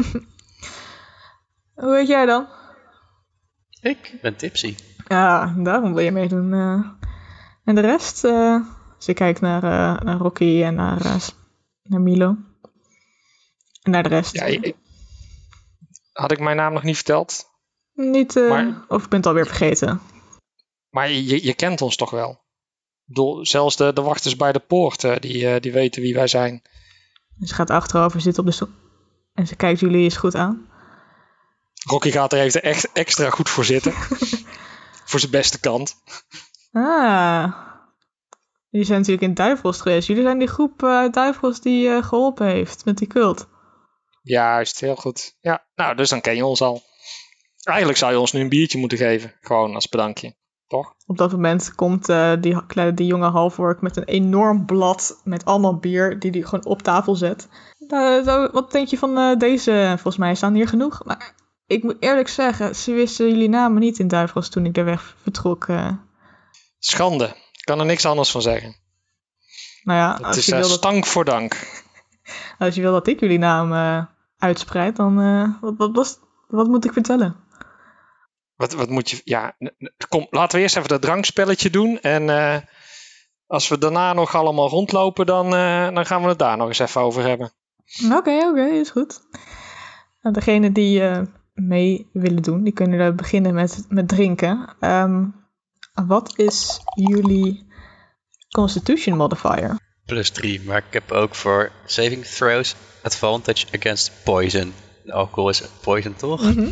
Hoe heet jij dan? Ik ben Tipsy. Ja, daarom wil je meedoen. Uh, en de rest? Uh, ze kijkt naar, uh, naar Rocky en naar, uh, naar Milo. En naar de rest. Ja, ik, had ik mijn naam nog niet verteld? Niet, uh, maar, of ik ben het alweer vergeten. Maar je, je kent ons toch wel? Ik bedoel, zelfs de, de wachters bij de poort, uh, die, uh, die weten wie wij zijn. Ze gaat achterover zitten op de stoel. En ze kijkt jullie eens goed aan. Rocky gaat er even echt extra goed voor zitten. Voor zijn beste kant. Ah. Jullie zijn natuurlijk in Duivels geweest. Jullie zijn die groep uh, Duivels die uh, geholpen heeft met die cult. Juist, heel goed. Ja, nou, dus dan ken je ons al. Eigenlijk zou je ons nu een biertje moeten geven. Gewoon als bedankje. Toch? Op dat moment komt uh, die, kleine, die jonge halfork met een enorm blad met allemaal bier die hij gewoon op tafel zet. Uh, zo, wat denk je van uh, deze? Volgens mij staan hier genoeg. Maar ik moet eerlijk zeggen, ze wisten jullie namen niet in Duivels toen ik er weg vertrok. Uh. Schande. Ik kan er niks anders van zeggen. Nou ja, het is uh, stank dat... voor dank. Als je wil dat ik jullie naam uh, uitspreid, dan uh, wat, wat, wat, wat moet ik vertellen? Wat, wat moet je... Ja, kom, laten we eerst even dat drankspelletje doen. En uh, als we daarna nog allemaal rondlopen, dan, uh, dan gaan we het daar nog eens even over hebben. Oké, okay, oké, okay, is goed. Nou, degene die uh, mee willen doen, die kunnen uh, beginnen met, met drinken. Um, wat is jullie Constitution modifier? Plus drie, maar ik heb ook voor saving throws advantage against poison. De alcohol is poison, toch? Mm-hmm.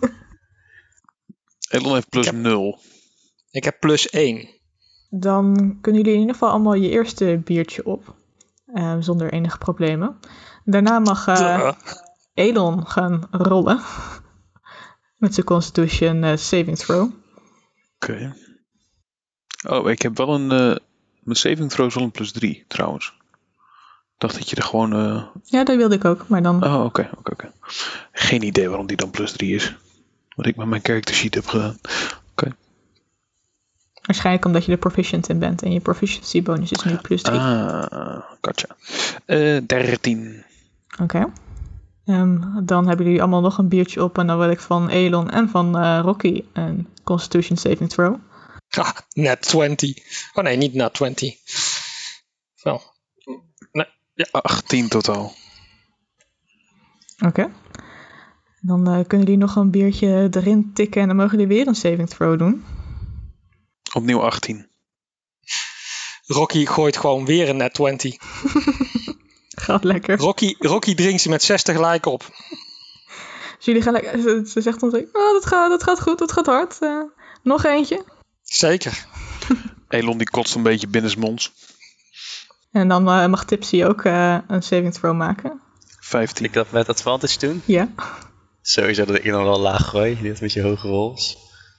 Elon heeft plus ik heb, nul. Ik heb plus één. Dan kunnen jullie in ieder geval allemaal je eerste biertje op. Uh, zonder enige problemen. Daarna mag uh, Elon gaan rollen. Met zijn Constitution uh, saving throw. Oké. Okay. Oh, ik heb wel een... Uh, mijn saving throw is wel een plus drie, trouwens. Ik dacht dat je er gewoon... Uh... Ja, dat wilde ik ook, maar dan... Oh, oké, okay, oké, okay, oké. Okay. Geen idee waarom die dan plus drie is. Wat ik met mijn character sheet heb gedaan. Oké. Okay. Waarschijnlijk omdat je er proficient in bent. En je proficiency bonus is nu plus drie. Ah, gotcha. Uh, dertien. Oké. Okay. Um, dan hebben jullie allemaal nog een biertje op. En dan wil ik van Elon en van uh, Rocky een Constitution saving throw. Ah, net twintig. Oh nee, niet net twintig. Wel. Nee, ja. achttien totaal. Oké. Okay. Dan uh, kunnen jullie nog een biertje erin tikken en dan mogen jullie weer een saving throw doen. Opnieuw achttien. Rocky gooit gewoon weer een net twintig. Gaat lekker. Rocky, Rocky drinkt ze met zestig gelijk op. Dus jullie gaan lekker... Ze, ze zegt dan zo, oh, dat gaat, dat gaat goed, dat gaat hard. Uh, nog eentje. Zeker. Elon die kotst een beetje binnensmonds. En dan uh, mag Tipsy ook uh, een saving throw maken. vijftien. Ik dat met advantage doen? Ja. Sowieso dat ik dan wel laag gooi. Dit met je hoge rolls.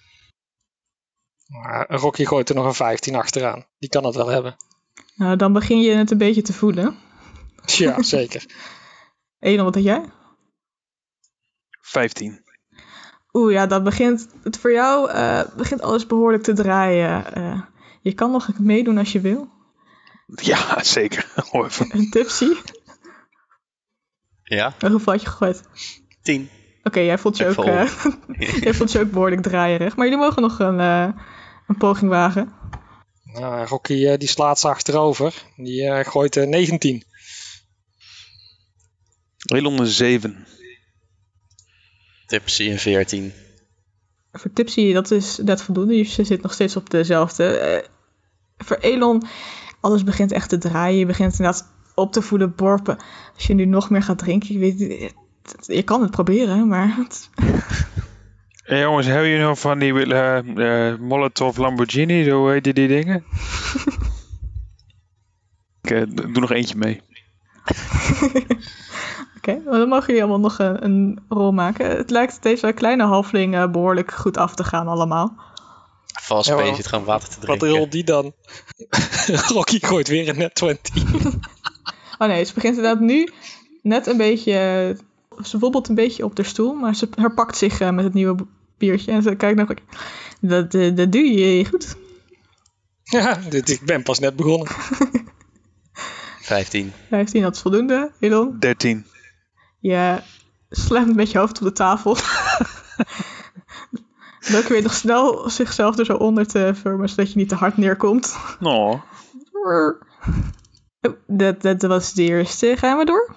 Maar Rocky gooit er nog een vijftien achteraan. Die kan het wel hebben. Nou, dan begin je het een beetje te voelen. Ja, zeker. Elon, wat had jij? vijftien. Oeh, ja, dat begint... Het voor jou uh, begint alles behoorlijk te draaien. Uh, je kan nog meedoen als je wil. Ja, zeker. Een Tipsy. Ja. Hoeveel had je gegooid? tien. Oké, okay, jij voelt je ook, uh, jij voelt je ook behoorlijk draaierig. Maar jullie mogen nog een, uh, een poging wagen. Nou, Rocky uh, die slaat ze achterover. Die uh, gooit uh, negentien. Elon een zeven. Tipsy een veertien. Voor Tipsy, dat is net voldoende. Je zit nog steeds op dezelfde. Uh, voor Elon, alles begint echt te draaien. Je begint inderdaad op te voelen, borpen. Als je nu nog meer gaat drinken, je weet... Je kan het proberen, maar... Hey jongens, hou je nog van die uh, uh, Molotov Lamborghini? Zo heet die, die dingen? Ik uh, doe nog eentje mee. Oké, Oké, okay, dan mogen jullie allemaal nog een, een rol maken. Het lijkt deze kleine halfling uh, behoorlijk goed af te gaan allemaal. Vals Ja, P maar zit gewoon water te Wat drinken. rolt die dan? Rocky gooit weer een net twintig. Oh nee, ze begint inderdaad nu net een beetje... Ze wobbelt een beetje op de stoel, maar ze herpakt zich uh, met het nieuwe biertje. En ze kijkt nog... Dat, uh, dat doe je goed. Ja, dit, ik ben pas net begonnen. vijftien. vijftien, dat is voldoende. Elon? dertien. Je slamt met je hoofd op de tafel. Dan kun je nog snel zichzelf er zo onder te vormen, zodat je niet te hard neerkomt. Oh. Dat, dat was de eerste. Gaan we door?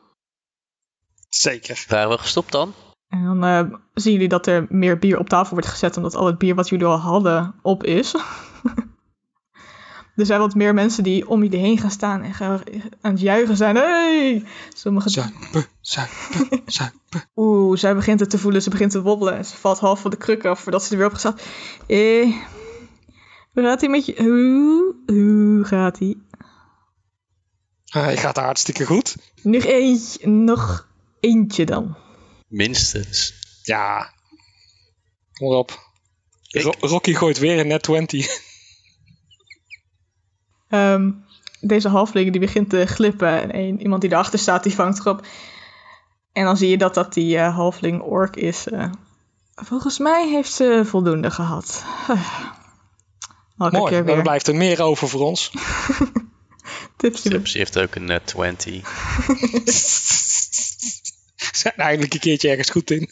Zeker. Waren we gestopt dan? En dan uh, zien jullie dat er meer bier op tafel wordt gezet, omdat al het bier wat jullie al hadden op is. Er zijn wat meer mensen die om jullie heen gaan staan en gaan aan het juichen zijn. Hey! Sommige... Zuipen, zuipen, zuipen. Oeh, zij begint het te voelen. Ze begint te wobbelen. En ze valt half van de kruk af voordat ze er weer op gaat. Eh, hoe gaat ie met je? Hoe, hoe gaat ie? Hij gaat hartstikke goed. Nog eentje, nog eentje dan. Minstens. Ja. Kom erop. Ro- Rocky gooit weer een net twintig. Um, deze halfling die begint te glippen. En een, iemand die erachter staat, die vangt erop. En dan zie je dat dat die uh, halfling ork is. Uh, volgens mij heeft ze voldoende gehad. Uh, elke Mooi, keer weer. dan blijft er meer over voor ons. Tipsy. Tipsy heeft ook een net twintig. Zijn eindelijk een keertje ergens goed in.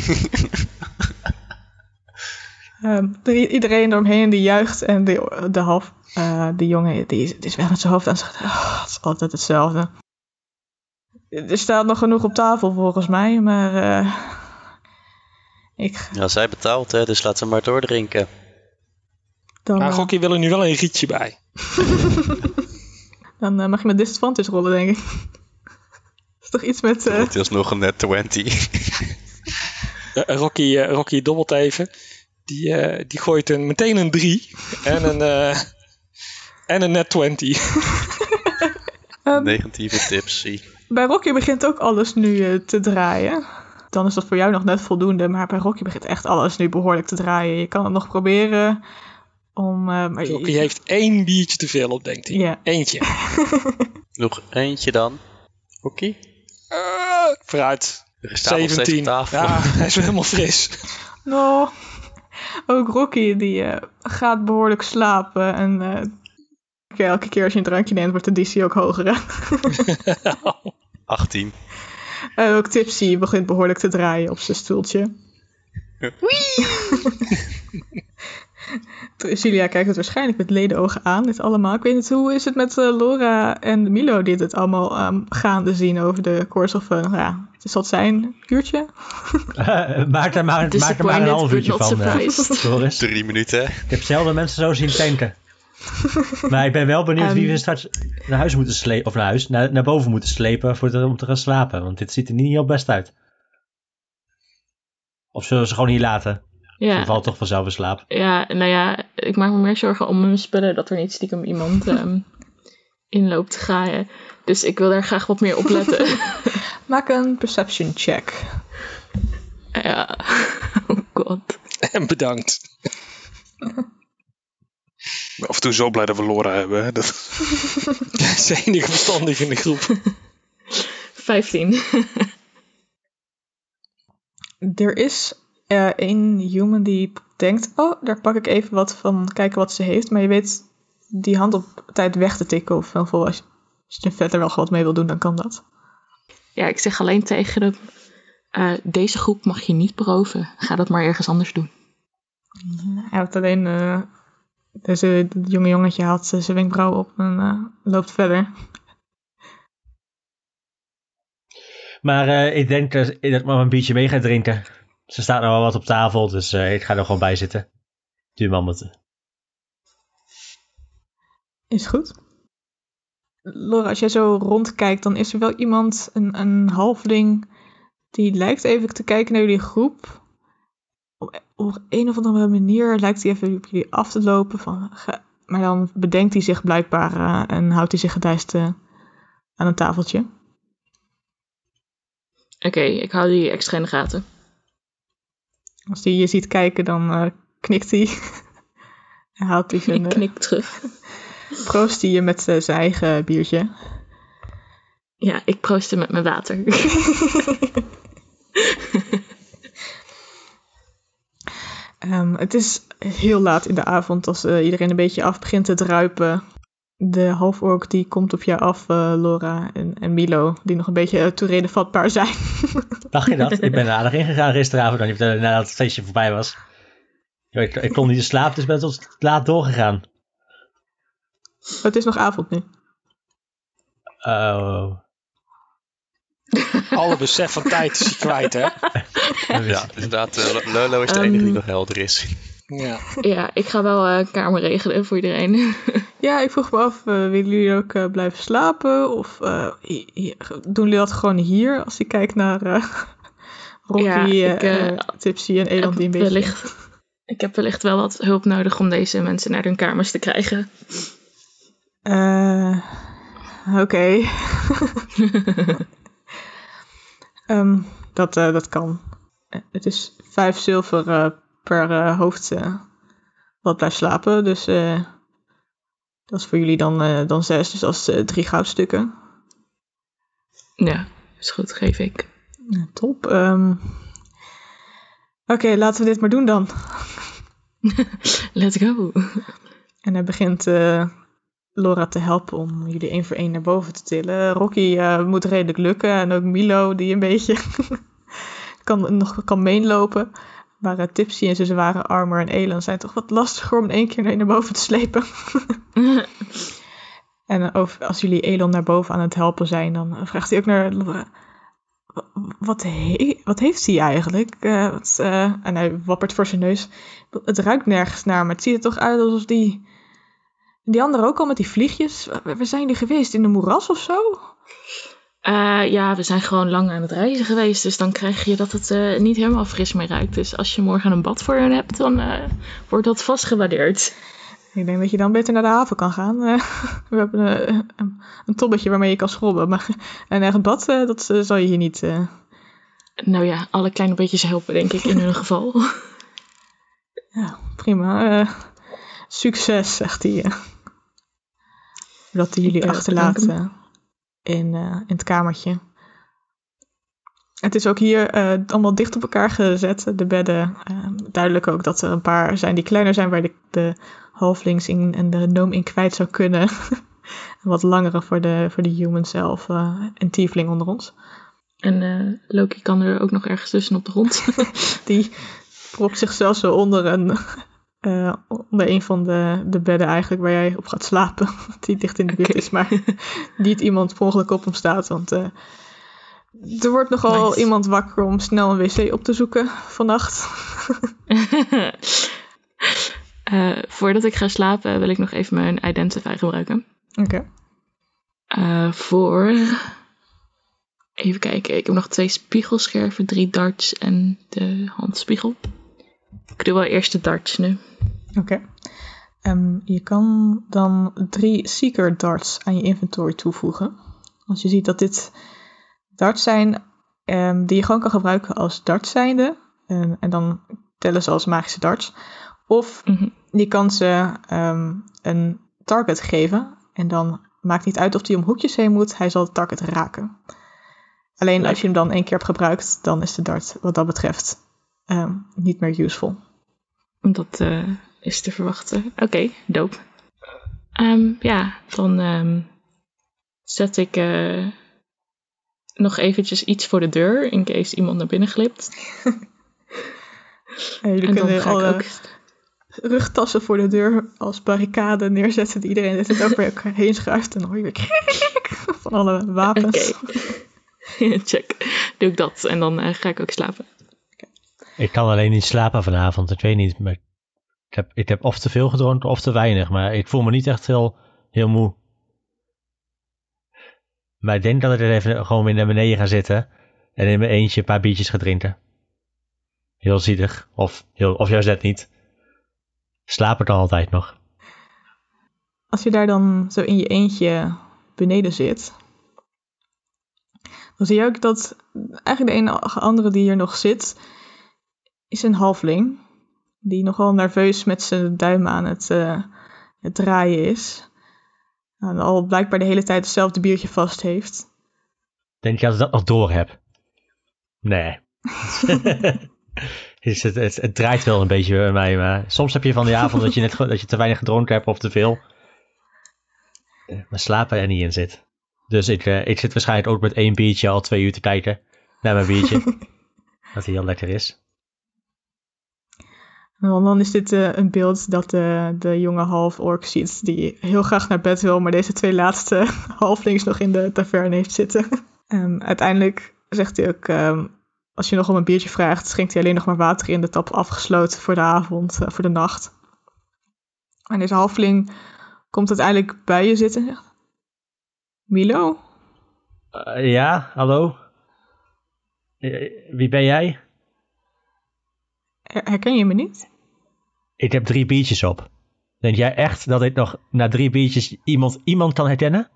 um, er, iedereen eromheen die juicht. En de, de, half, uh, de jongen die is, die is weg met zijn hoofd aan. Zegt, oh, het is altijd hetzelfde. Er staat nog genoeg op tafel volgens mij. Maar uh, ik... Ja, zij betaalt, hè, dus laat ze maar doordrinken. Dan, Maar uh, Rocky wil er nu wel een rietje bij. dan uh, mag je met disadvantage rollen, denk ik. Is toch iets met... Uh... Het is nog een net twintig. Uh, Rocky, uh, Rocky dobbelt even. Die, uh, die gooit een, meteen een drie. En een, uh, en een net twintig. um, Negatieve Tipsy. Bij Rocky begint ook alles nu uh, te draaien. Dan is dat voor jou nog net voldoende. Maar bij Rocky begint echt alles nu behoorlijk te draaien. Je kan het nog proberen om... Uh, maar Rocky je... heeft één biertje te veel op, denkt hij. Ja. Eentje. Nog eentje dan. Oké. Uh, vooruit. Er staat nog steeds op zeventien. tafel. Ja, hij is weer helemaal fris. No. Ook Rocky die uh, gaat behoorlijk slapen. En uh, elke keer als je een drankje neemt wordt de D C ook hoger. Hè? achttien. En ook Tipsy begint behoorlijk te draaien op zijn stoeltje. Julia kijkt het waarschijnlijk met ledenogen aan, dit allemaal. Ik weet niet, hoe is het met uh, Laura en Milo die dit allemaal um, gaande zien over de course of... Uh, ja, het zal het zijn, een uurtje? uh, maak er maar, maak er maar een half uurtje van, uh, Drie minuten. Ik heb zelden mensen zo zien tanken. Maar ik ben wel benieuwd um, wie we straks naar huis moeten slepen, of naar huis, naar, naar boven moeten slepen voor te, om te gaan slapen. Want dit ziet er niet heel best uit. Of zullen we ze gewoon hier laten? Ja. Ze valt toch vanzelf in slaap. Ja, nou ja, ik maak me meer zorgen om mijn spullen, dat er niet stiekem iemand um, in loopt te graaien. Dus ik wil daar graag wat meer op letten. Maak een perception check. Ja, oh god. En bedankt. Af en toe zo blij dat we Laura hebben. Hè? Dat... Hij is de enige verstandig in de groep. vijftien. Er is uh, een human die denkt... Oh, daar pak ik even wat van, kijken wat ze heeft. Maar je weet die hand op tijd weg te tikken. Of in ieder als, als je verder wel wat mee wil doen, dan kan dat. Ja, ik zeg alleen tegen hem... Uh, deze groep mag je niet beroven. Ga dat maar ergens anders doen. Hij heeft alleen... Uh, deze jonge jongetje haalt zijn wenkbrauw op en uh, loopt verder. Maar uh, ik denk dat ik maar een biertje mee ga drinken. Ze staat nog wel wat op tafel, dus uh, ik ga er gewoon bij zitten. Duur maar wat. Is goed. Laura, als jij zo rondkijkt, dan is er wel iemand, een, een halfling, die lijkt even te kijken naar jullie groep. Op, op een of andere manier lijkt hij even op jullie af te lopen. Van, ga, maar dan bedenkt hij zich blijkbaar uh, en houdt hij zich gedijst uh, aan een tafeltje. Oké, ik hou die extra in de gaten. Als hij je ziet kijken, dan uh, knikt hij. Hij haalt hij zijn... Ik knik terug. Proost hij je met uh, zijn eigen biertje. Ja, ik proost hem met mijn water. um, het is heel laat in de avond als uh, iedereen een beetje af begint te druipen. De halfork die komt op jou af, uh, Laura en, en Milo, die nog een beetje uh, toeredenvatbaar zijn. Dacht je dat? Ik ben er aardig ingegaan gisteravond dan, nadat het feestje voorbij was. Ik, ik kon niet in slaap, dus ben tot laat doorgegaan. Het is nog avond nu. Oh. Alle besef van tijd is hij kwijt, hè? Ja, inderdaad. Uh, Lolo is de um, enige die nog helder is. Ja, ja ik ga wel een uh, kamer regelen voor iedereen. Ja, ik vroeg me af, uh, willen jullie ook uh, blijven slapen? Of uh, hi- hi- doen jullie dat gewoon hier? Als je kijkt naar uh, Rocky, ja, ik, uh, uh, Tipsy en Eland die een beetje... Wellicht, ik heb wellicht wel wat hulp nodig om deze mensen naar hun kamers te krijgen. Uh, Oké. Okay. um, dat, uh, dat kan. Uh, het is vijf zilver uh, per uh, hoofd uh, wat blijft slapen. Dus uh, dat is voor jullie dan, uh, dan zes. Dus dat is uh, drie goudstukken. Ja, is goed. Geef ik. Uh, top. Um, Oké, okay, laten we dit maar doen dan. Let's go. En hij begint... Uh, Laura te helpen om jullie één voor één naar boven te tillen. Rocky uh, moet redelijk lukken. En ook Milo die een beetje kan, nog kan meelopen. Maar uh, Tipsy en zijn zware armor en Elan zijn toch wat lastiger om in één keer naar, naar boven te slepen. En uh, over, als jullie Elan naar boven aan het helpen zijn, dan uh, vraagt hij ook naar Laura. Wat, he- wat heeft hij eigenlijk? Uh, wat, uh, en hij wappert voor zijn neus. Het ruikt nergens naar, maar het ziet er toch uit alsof die... Die anderen ook al met die vliegjes. Waar zijn die geweest? In de moeras of zo? Uh, ja, we zijn gewoon lang aan het reizen geweest. Dus dan krijg je dat het uh, niet helemaal fris meer ruikt. Dus als je morgen een bad voor hen hebt, dan uh, wordt dat vast gewaardeerd. Ik denk dat je dan beter naar de haven kan gaan. Uh, we hebben uh, een, een tobbetje waarmee je kan schrobben. Maar een echt bad, uh, dat uh, zal je hier niet... Uh... Nou ja, alle kleine beetjes helpen, denk ik, in hun geval. Ja, prima. Uh, succes, zegt hij. Uh. Dat hij jullie achterlaten in, uh, in het kamertje. Het is ook hier uh, allemaal dicht op elkaar gezet, de bedden. Uh, duidelijk ook dat er een paar zijn die kleiner zijn, waar de, de halflings in, en de gnome in kwijt zou kunnen. Wat langere voor de, voor de human zelf uh, en tiefling onder ons. En uh, Loki kan er ook nog ergens tussen op de grond. Die propt zichzelf zo onder een... Uh, onder een van de, de bedden eigenlijk waar jij op gaat slapen. Die dicht in de buurt okay. is, maar niet iemand per ongeluk op hem staat. Want uh, er wordt nogal nice. iemand wakker om snel een wc op te zoeken vannacht. uh, voordat ik ga slapen wil ik nog even mijn identifier gebruiken. Oké. Okay. Uh, voor... Even kijken, ik heb nog twee spiegelscherven, drie darts en de handspiegel. Ik doe wel eerst de darts nu. Oké. Okay. Um, je kan dan drie seeker darts aan je inventory toevoegen. Als je ziet dat dit darts zijn um, die je gewoon kan gebruiken als darts zijnde. Um, en dan tellen ze als magische darts. Of mm-hmm. je kan ze um, een target geven. En dan maakt niet uit of die om hoekjes heen moet. Hij zal het target raken. Alleen Leuk. Als je hem dan één keer hebt gebruikt, dan is de dart wat dat betreft um, niet meer useful. Dat uh, is te verwachten. Oké, okay, dope. Um, ja, dan um, zet ik uh, nog eventjes iets voor de deur, in case iemand naar binnen glipt. Ja, jullie en kunnen alle ook... rugtassen voor de deur als barricade neerzetten, die iedereen dit over elkaar heen schuift. En dan hoor je weer van alle wapens. Oké, okay. Check. Doe ik dat en dan uh, ga ik ook slapen. Ik kan alleen niet slapen vanavond, ik weet niet. Maar ik, heb, ik heb of te veel gedronken of te weinig, maar ik voel me niet echt heel, heel moe. Maar ik denk dat ik er even gewoon weer naar beneden ga zitten en in mijn eentje een paar biertjes ga drinken. Heel zielig, of, heel, of juist net niet. Slaap ik dan altijd nog. Als je daar dan zo in je eentje beneden zit, Dan zie je ook dat eigenlijk de enige andere die hier nog zit, is een halfling. Die nogal nerveus met zijn duim aan het, uh, het draaien is. En al blijkbaar de hele tijd hetzelfde biertje vast heeft. Denk je dat ik dat nog door heb? Nee. het, het, het, het draait wel een beetje bij mij, maar soms heb je van die avond dat je, net, dat je te weinig gedronken hebt of te veel. Maar slapen er niet in zit. Dus ik, uh, ik zit waarschijnlijk ook met één biertje al twee uur te kijken naar mijn biertje. Dat hij heel lekker is. En dan is dit uh, een beeld dat uh, de jonge half-ork ziet die heel graag naar bed wil, maar deze twee laatste halflings nog in de taverne heeft zitten. Um, uiteindelijk zegt hij ook, um, als je nog om een biertje vraagt, schenkt hij alleen nog maar water in, de tap afgesloten voor de avond, uh, voor de nacht. En deze halfling komt uiteindelijk bij je zitten en zegt, Milo? Uh, ja, hallo? Uh, wie ben jij? Herken je me niet? Ik heb drie biertjes op. Denk jij echt dat ik nog na drie biertjes iemand, iemand kan herkennen?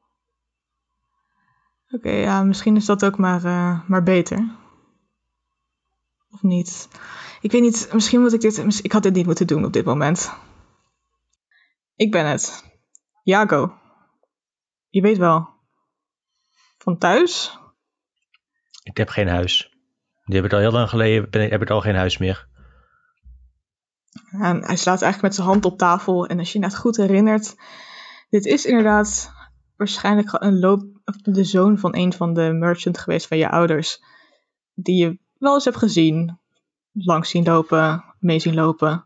Oké, okay, ja, misschien is dat ook maar, uh, maar beter. Of niet? Ik weet niet, misschien moet ik dit... Ik had dit niet moeten doen op dit moment. Ik ben het. Jago. Je weet wel. Van thuis? Ik heb geen huis. Die heb ik al heel lang geleden, ben ik, heb ik al geen huis meer. En hij slaat eigenlijk met zijn hand op tafel. En als je je het goed herinnert, dit is inderdaad waarschijnlijk een loop, de zoon van een van de merchant geweest van je ouders. Die je wel eens hebt gezien. Langs zien lopen, mee zien lopen.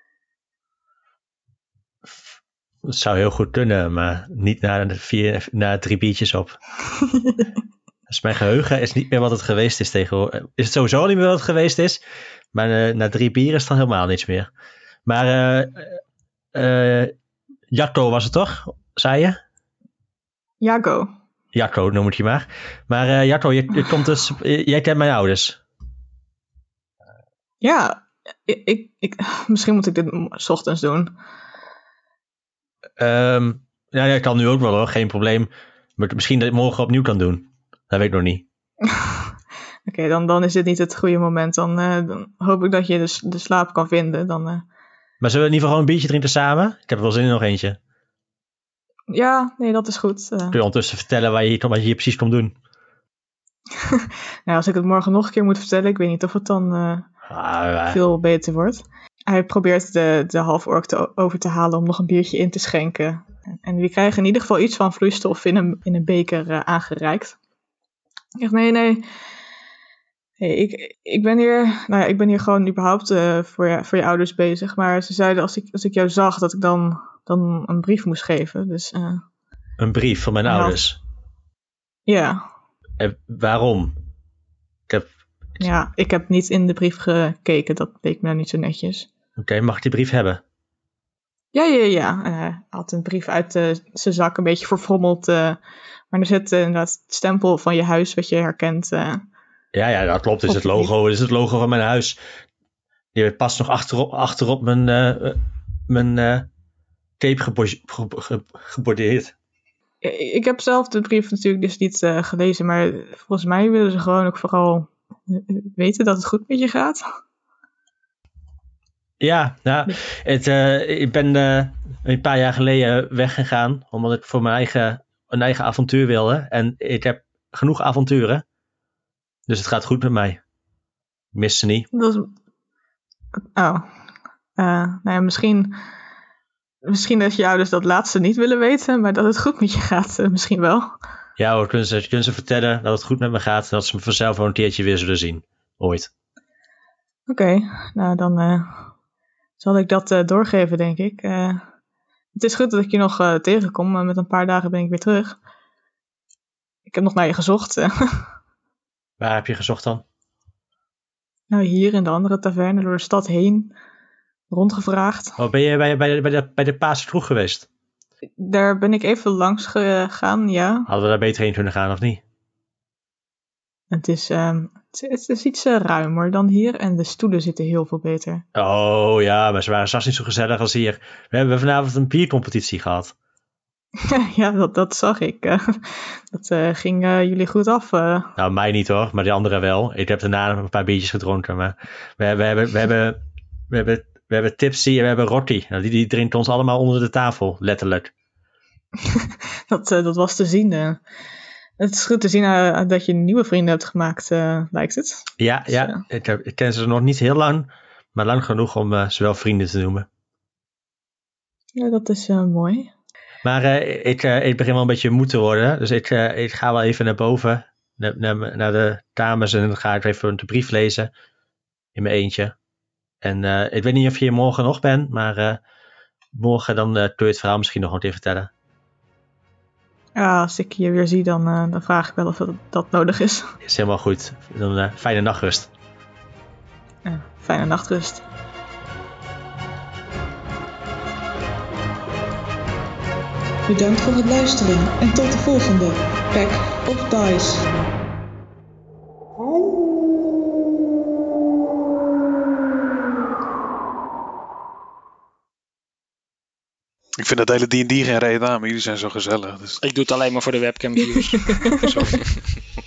Dat zou heel goed kunnen, maar niet na, de vier, na drie biertjes op. Dus mijn geheugen is niet meer wat het geweest is tegenwoordig. Is het sowieso niet meer wat het geweest is. Maar uh, na drie bieren is het dan helemaal niets meer. Maar uh, uh, Jacco was het toch? Zei je? Jago. Jacco, noem het je maar. Maar uh, Jacco, je, je komt dus, jij kent mijn ouders. Ja, ik, ik, ik, misschien moet ik dit 's ochtends doen. Um, ja, dat kan nu ook wel hoor, geen probleem. Maar misschien dat ik morgen opnieuw kan doen. Dat weet ik nog niet. Oké, okay, dan, dan is dit niet het goede moment. Dan, uh, dan hoop ik dat je de, de slaap kan vinden. Dan, uh... Maar zullen we in ieder geval gewoon een biertje drinken samen? Ik heb er wel zin in nog eentje. Ja, nee, dat is goed. Uh... Kun je ondertussen vertellen wat je, wat je hier precies komt doen? Nou, als ik het morgen nog een keer moet vertellen, ik weet niet of het dan uh, ah, uh. veel beter wordt. Hij probeert de, de half-ork te, over te halen om nog een biertje in te schenken. En, en die krijgen in ieder geval iets van vloeistof in een, in een beker uh, aangereikt. Ik zeg, nee, nee. Hey, ik, ik, ben hier, nou ja, ik ben hier gewoon überhaupt uh, voor, je, voor je ouders bezig. Maar ze zeiden als ik, als ik jou zag dat ik dan, dan een brief moest geven. Dus, uh, een brief van mijn nou, ouders? Ja. En waarom? Ik heb... Ja, ik heb niet in de brief gekeken. Dat leek me nou niet zo netjes. Oké, okay, mag ik die brief hebben? Ja, ja, ja. En hij had een brief uit uh, zijn zak, een beetje verfrommeld. Uh, maar er zit uh, inderdaad het stempel van je huis, wat je herkent. Uh, ja, ja, dat klopt. Het is het logo, het is het logo van mijn huis. Die past nog achterop, achterop mijn, uh, mijn uh, tape gebo- ge- gebordeerd. Ik heb zelf de brief natuurlijk dus niet uh, gelezen, maar volgens mij willen ze gewoon ook vooral weten dat het goed met je gaat. Ja, nou, het, uh, ik ben uh, een paar jaar geleden weggegaan, omdat ik voor mijn eigen, een eigen avontuur wilde. En ik heb genoeg avonturen, dus het gaat goed met mij. Ik mis ze niet. Dat is... Oh, uh, nou ja, misschien, misschien dat je ouders dat laatste niet willen weten, maar dat het goed met je gaat, uh, misschien wel. Ja hoor, kunnen ze, kunnen ze vertellen dat het goed met me gaat en dat ze me vanzelf wel een keertje weer zullen zien. Ooit. Oké, okay, nou dan uh, zal ik dat uh, doorgeven, denk ik. Uh, het is goed dat ik je nog uh, tegenkom, maar met een paar dagen ben ik weer terug. Ik heb nog naar je gezocht. Waar heb je gezocht dan? Nou, hier in de andere taverne, door de stad heen, rondgevraagd. Oh, ben je bij, bij, bij, de, bij de Paas vroeg geweest? Daar ben ik even langs gegaan, ja. Hadden we daar beter heen kunnen gaan, of niet? Het is, um, het, het is iets uh, ruimer dan hier en de stoelen zitten heel veel beter. Oh ja, maar ze waren zelfs niet zo gezellig als hier. We hebben vanavond een biercompetitie gehad. Ja, dat, dat zag ik. Uh, dat uh, ging uh, jullie goed af. Uh. Nou, mij niet hoor, maar die anderen wel. Ik heb daarna een paar biertjes gedronken. Maar we, we, hebben, we, hebben, we, hebben, we hebben Tipsy en we hebben Rotti. Nou, die, die drinkt ons allemaal onder de tafel, letterlijk. dat, uh, dat was te zien. Uh. Het is goed te zien uh, dat je nieuwe vrienden hebt gemaakt, uh, lijkt het. Ja, dus, ja. Uh, ik, heb, ik ken ze nog niet heel lang, maar lang genoeg om uh, ze wel vrienden te noemen. Ja, dat is uh, mooi. Maar uh, ik, uh, ik begin wel een beetje moe te worden, dus ik, uh, ik ga wel even naar boven, naar, naar, naar de dames en dan ga ik even de brief lezen in mijn eentje. En uh, ik weet niet of je hier morgen nog bent, maar uh, morgen dan uh, kun je het verhaal misschien nog wat even vertellen. Ja, als ik je weer zie, dan, uh, dan vraag ik wel of dat, dat nodig is. Is helemaal goed. Dan uh, fijne nachtrust. Ja, fijne nachtrust. Bedankt voor het luisteren en tot de volgende Pack of Dice. Ik vind dat hele D en D geen reet aan, maar jullie zijn zo gezellig. Dus... Ik doe het alleen maar voor de webcam views. Sorry.